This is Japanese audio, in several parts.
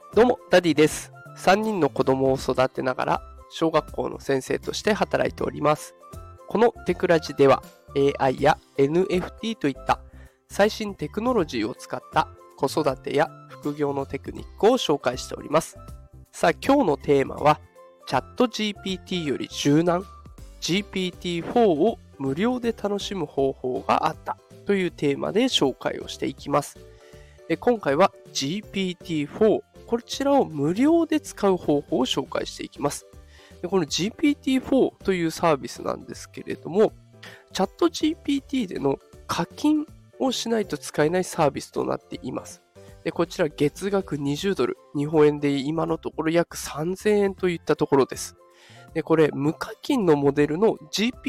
どうも、ダディです。3人の子供を育てながら、小学校の先生として働いております。このテクラジでは、AI や NFT といった最新テクノロジーを使った子育てや副業のテクニックを紹介しております。さあ、今日のテーマは、チャット GPT より柔軟、GPT-4 を無料で楽しむ方法があったというテーマで紹介をしていきます。今回は GPT-4、こちらを無料で使う方法を紹介していきます。この GPT-4 というサービスなんですけれども、チャット GPT での課金をしないと使えないサービスとなっています。こちら月額20ドル、日本円で今のところ約3000円といったところです。これ無課金のモデルの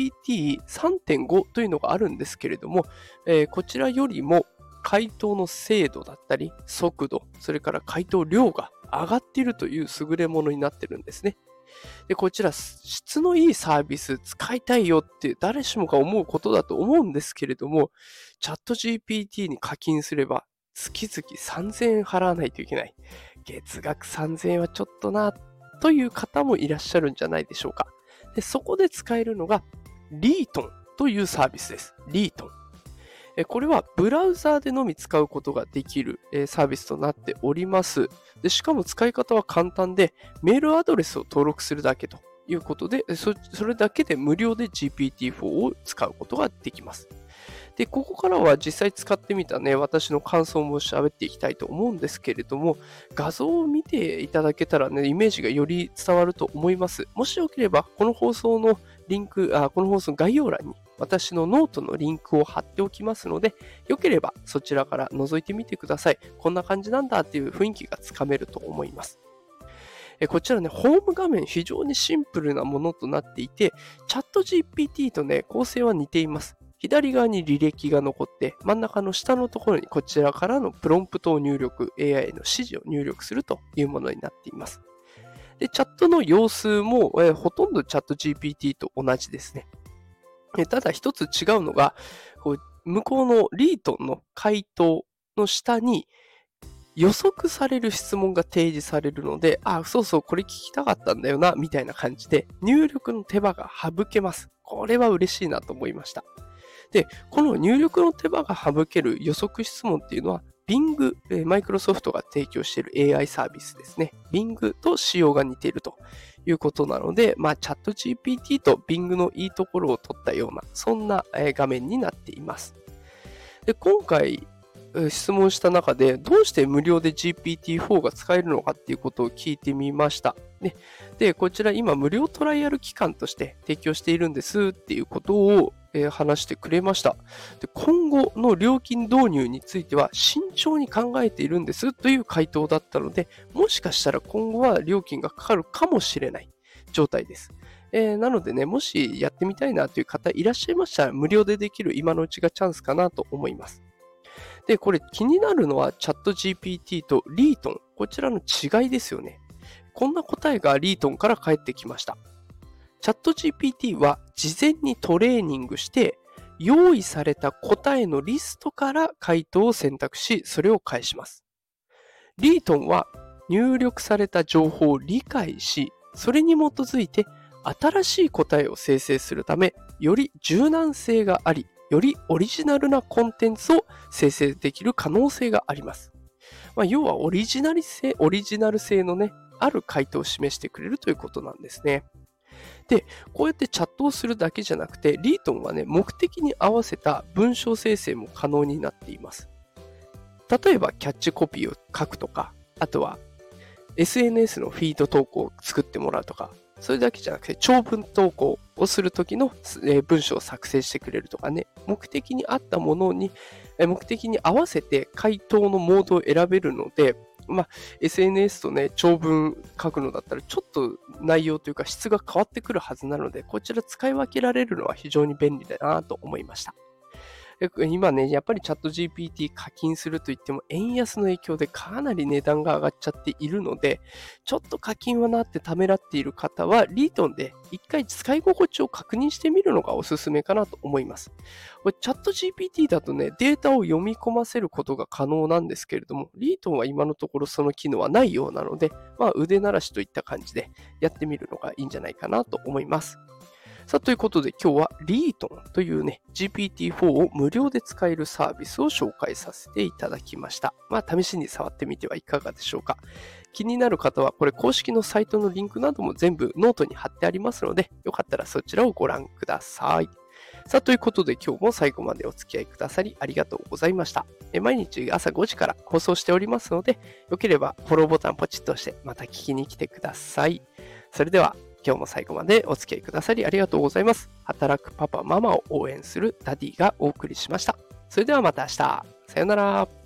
GPT3.5 というのがあるんですけれども、こちらよりも回答の精度だったり速度、それから回答量が上がっているという優れものになってるんですね。で、こちら質のいいサービス使いたいよって誰しもが思うことだと思うんですけれども、チャット GPT に課金すれば月々3000円払わないといけない。月額3000円はちょっとなという方もいらっしゃるんじゃないでしょうか。で、そこで使えるのがリートンというサービスです。リートン。これはブラウザーでのみ使うことができるサービスとなっております。で、しかも使い方は簡単で、メールアドレスを登録するだけということで、それだけで無料で GPT-4 を使うことができます。で、ここからは実際使ってみたね、私の感想も喋っていきたいと思うんですけれども、画像を見ていただけたらね、イメージがより伝わると思います。もしよければ、この放送のこの放送の概要欄に私のノートのリンクを貼っておきますので、よければそちらから覗いてみてください。こんな感じなんだっていう雰囲気がつかめると思います。こちらね、ホーム画面非常にシンプルなものとなっていて、チャット GPT とね、構成は似ています。左側に履歴が残って、真ん中の下のところにこちらからのプロンプトを入力、AI の指示を入力するというものになっています。で、チャットの様子も、ほとんどチャット GPT と同じですね。ただ一つ違うのが、向こうのリートンの回答の下に予測される質問が提示されるので、そうそう、これ聞きたかったんだよな、みたいな感じで入力の手間が省けます。これは嬉しいなと思いました。で、この入力の手間が省ける予測質問っていうのは、Bing、マイクロソフトが提供している AI サービスですね。Bing と仕様が似ているということなので、チャット GPT と Bing のいいところを取ったような、そんな画面になっています。で、今回、質問した中で、どうして無料で GPT-4 が使えるのかっていうことを聞いてみました。で、こちら今無料トライアル期間として提供しているんですっていうことを話してくれました。で、今後の料金導入については慎重に考えているんですという回答だったので、もしかしたら今後は料金がかかるかもしれない状態です。なのでね、もしやってみたいなという方いらっしゃいましたら、無料でできる今のうちがチャンスかなと思います。で、これ気になるのはチャット GPT とリートン。こちらの違いですよね。こんな答えがリートンから返ってきました。チャット GPT は事前にトレーニングして用意された答えのリストから回答を選択し、それを返します。リートンは入力された情報を理解し、それに基づいて新しい答えを生成するため、より柔軟性があり、よりオリジナルなコンテンツを生成できる可能性があります。要はオリジナル性のね、ある回答を示してくれるということなんですね。で、こうやってチャットをするだけじゃなくて、リートンはね、目的に合わせた文章生成も可能になっています。例えば、キャッチコピーを書くとか、あとは SNS のフィード投稿を作ってもらうとか、それだけじゃなくて長文投稿をするときの文章を作成してくれるとかね、目的に合ったものに、目的に合わせて回答のモードを選べるので、SNS とね、長文書くのだったらちょっと内容というか質が変わってくるはずなので、こちら使い分けられるのは非常に便利だなと思いました。 今ね、やっぱりチャット GPT 課金するといっても、円安の影響でかなり値段が上がっちゃっているので、ちょっと課金はなってためらっている方は、リートンで一回使い心地を確認してみるのがおすすめかなと思います。これチャット GPT だとね、データを読み込ませることが可能なんですけれども、リートンは今のところその機能はないようなので、腕慣らしといった感じでやってみるのがいいんじゃないかなと思います。さあ、ということで今日はリートンというね、GPT-4 を無料で使えるサービスを紹介させていただきました。試しに触ってみてはいかがでしょうか。気になる方は、これ公式のサイトのリンクなども全部ノートに貼ってありますので、よかったらそちらをご覧ください。さあ、ということで今日も最後までお付き合いくださりありがとうございました。毎日朝5時から放送しておりますので、よければフォローボタンポチッと押してまた聞きに来てください。それでは、今日も最後までお付き合いくださりありがとうございます。働くパパママを応援するダディがお送りしました。それではまた明日。さよなら。